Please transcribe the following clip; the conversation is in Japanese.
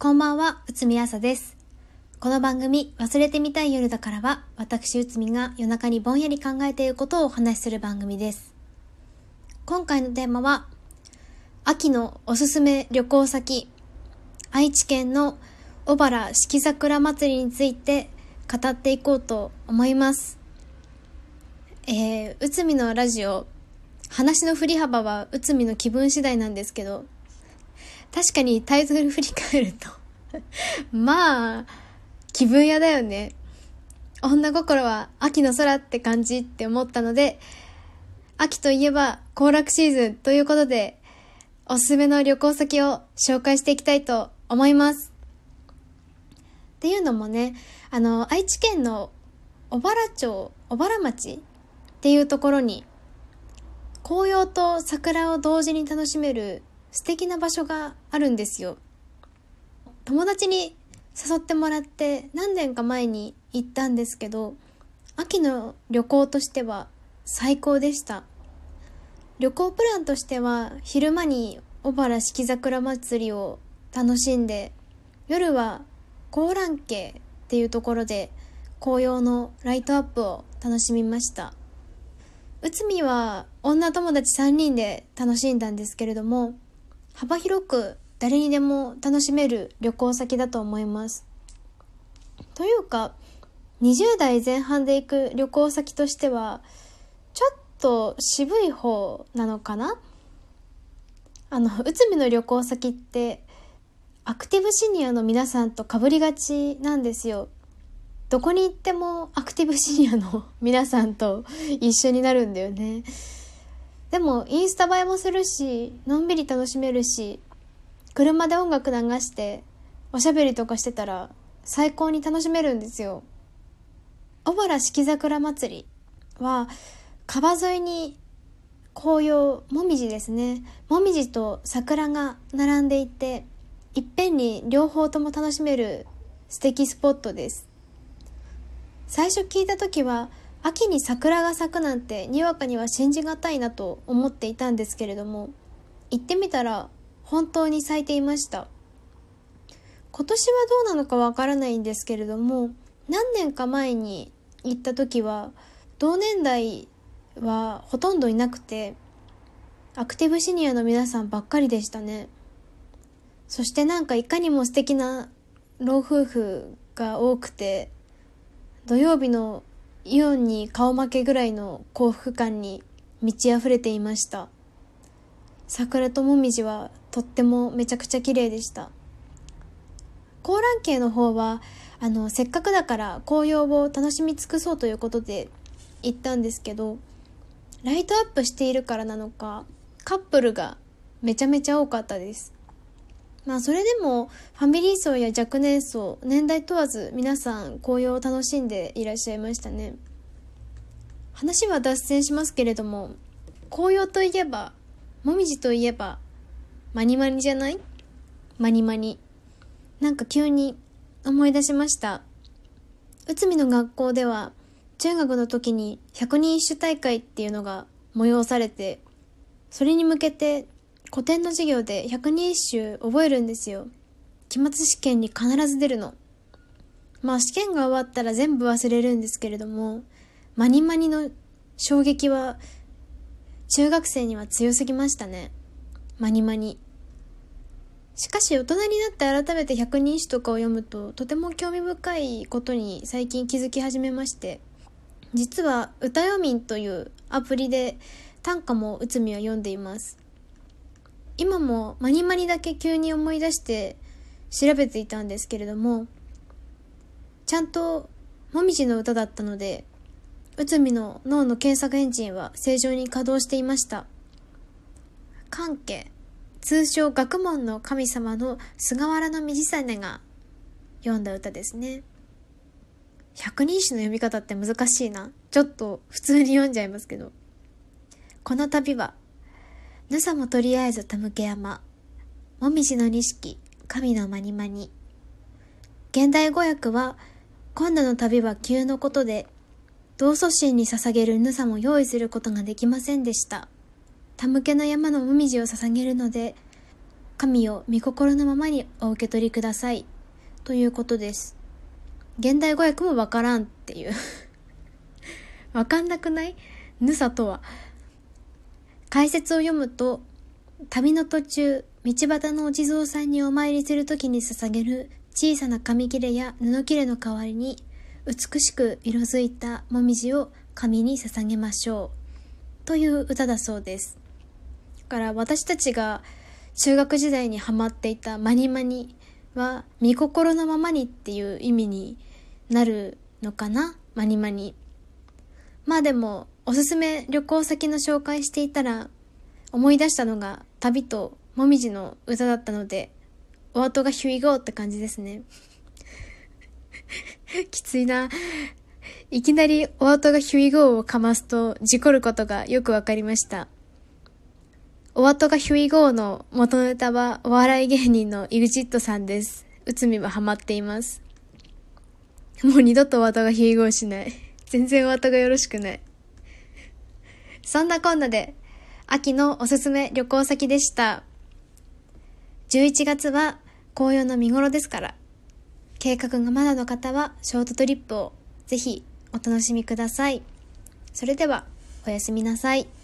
こんばんは、内海朝です。この番組、忘れてみたい夜だからは、私内海が夜中にぼんやり考えていることをお話しする番組です。今回のテーマは、秋のおすすめ旅行先、愛知県の小原四季桜祭りについて語っていこうと思います。内海のラジオ、話の振り幅は内海の気分次第なんですけど、確かにタイトル振り返るとまあ気分屋だよね。女心は秋の空って感じって思ったので、秋といえば行楽シーズンということでおすすめの旅行先を紹介していきたいと思います。っていうのもね、愛知県の小原町、小原町っていうところに紅葉と桜を同時に楽しめる素敵な場所があるんですよ。友達に誘ってもらって何年か前に行ったんですけど、秋の旅行としては最高でした。旅行プランとしては昼間に小原四季桜祭りを楽しんで、夜は香嵐渓っていうところで紅葉のライトアップを楽しみました。内海は女友達3人で楽しんだんですけれども、幅広く誰にでも楽しめる旅行先だと思います。というか、20代前半で行く旅行先としてはちょっと渋い方なのかな。内海の旅行先ってアクティブシニアの皆さんと被りがちなんですよ。どこに行ってもアクティブシニアの皆さんと一緒になるんだよね。でもインスタ映えもするし、のんびり楽しめるし、車で音楽流しておしゃべりとかしてたら最高に楽しめるんですよ。小原四季桜祭りは川沿いに紅葉、もみじですね。もみじと桜が並んでいて、いっぺんに両方とも楽しめる素敵スポットです。最初聞いた時は秋に桜が咲くなんてにわかには信じがたいなと思っていたんですけれども、行ってみたら本当に咲いていました。今年はどうなのかわからないんですけれども、何年か前に行った時は同年代はほとんどいなくて、アクティブシニアの皆さんばっかりでしたね。そしてなんかいかにも素敵な老夫婦が多くて、土曜日のイオンに顔負けぐらいの幸福感に満ち溢れていました。桜ともみじはとってもめちゃくちゃ綺麗でした。香嵐渓の方はせっかくだから紅葉を楽しみ尽くそうということで行ったんですけど、ライトアップしているからなのかカップルがめちゃめちゃ多かったです。それでもファミリー層や若年層、年代問わず皆さん紅葉を楽しんでいらっしゃいましたね。話は脱線しますけれども、紅葉といえば、もみじといえばマニマニじゃない？マニマニ。なんか急に思い出しました。内海の学校では中学の時に百人一首大会っていうのが催されて、それに向けて古典の授業で百人一首覚えるんですよ。期末試験に必ず出るの。試験が終わったら全部忘れるんですけれども、マニマニの衝撃は中学生には強すぎましたね。マニマニ。しかし大人になって改めて百人一首とかを読むと、とても興味深いことに最近気づき始めまして、実は歌よみんというアプリで短歌も内海は読んでいます。今もマニマニだけ急に思い出して調べていたんですけれども、ちゃんともみじの歌だったので、内海の脳の検索エンジンは正常に稼働していました。関家、通称学問の神様の菅原道真が読んだ歌ですね。百人一首の読み方って難しいな。ちょっと普通に読んじゃいますけど。この旅はぬさもとりあえずたむけ山、もみじの錦、神のまにまに。現代語訳は、今度の旅は急のことで、同祖神に捧げるぬさも用意することができませんでした。たむけの山のもみじを捧げるので、 神を御心のままにお受け取りくださいということです。現代語訳もわからんっていうわかんなくない？ぬさとは。解説を読むと、旅の途中、道端のお地蔵さんにお参りするときに捧げる小さな紙切れや布切れの代わりに、美しく色づいたもみじを神に捧げましょうという歌だそうです。だから私たちが中学時代にハマっていたマニマニは御心のままにっていう意味になるのかな。マニマニ。まあでもおすすめ旅行先の紹介していたら思い出したのが旅ともみじの歌だったので、お後がヒュイゴーって感じですね。きついな。いきなりお後がヒュイゴーをかますと事故ることがよくわかりました。お後がヒュイゴーの元ネタはお笑い芸人の EXIT さんです。うつみはハマっています。もう二度とお後がヒュイゴーしない。全然お後がよろしくない。そんなこんなで秋のおすすめ旅行先でした。11月は紅葉の見頃ですから、計画がまだの方はショートトリップをぜひお楽しみください。それではおやすみなさい。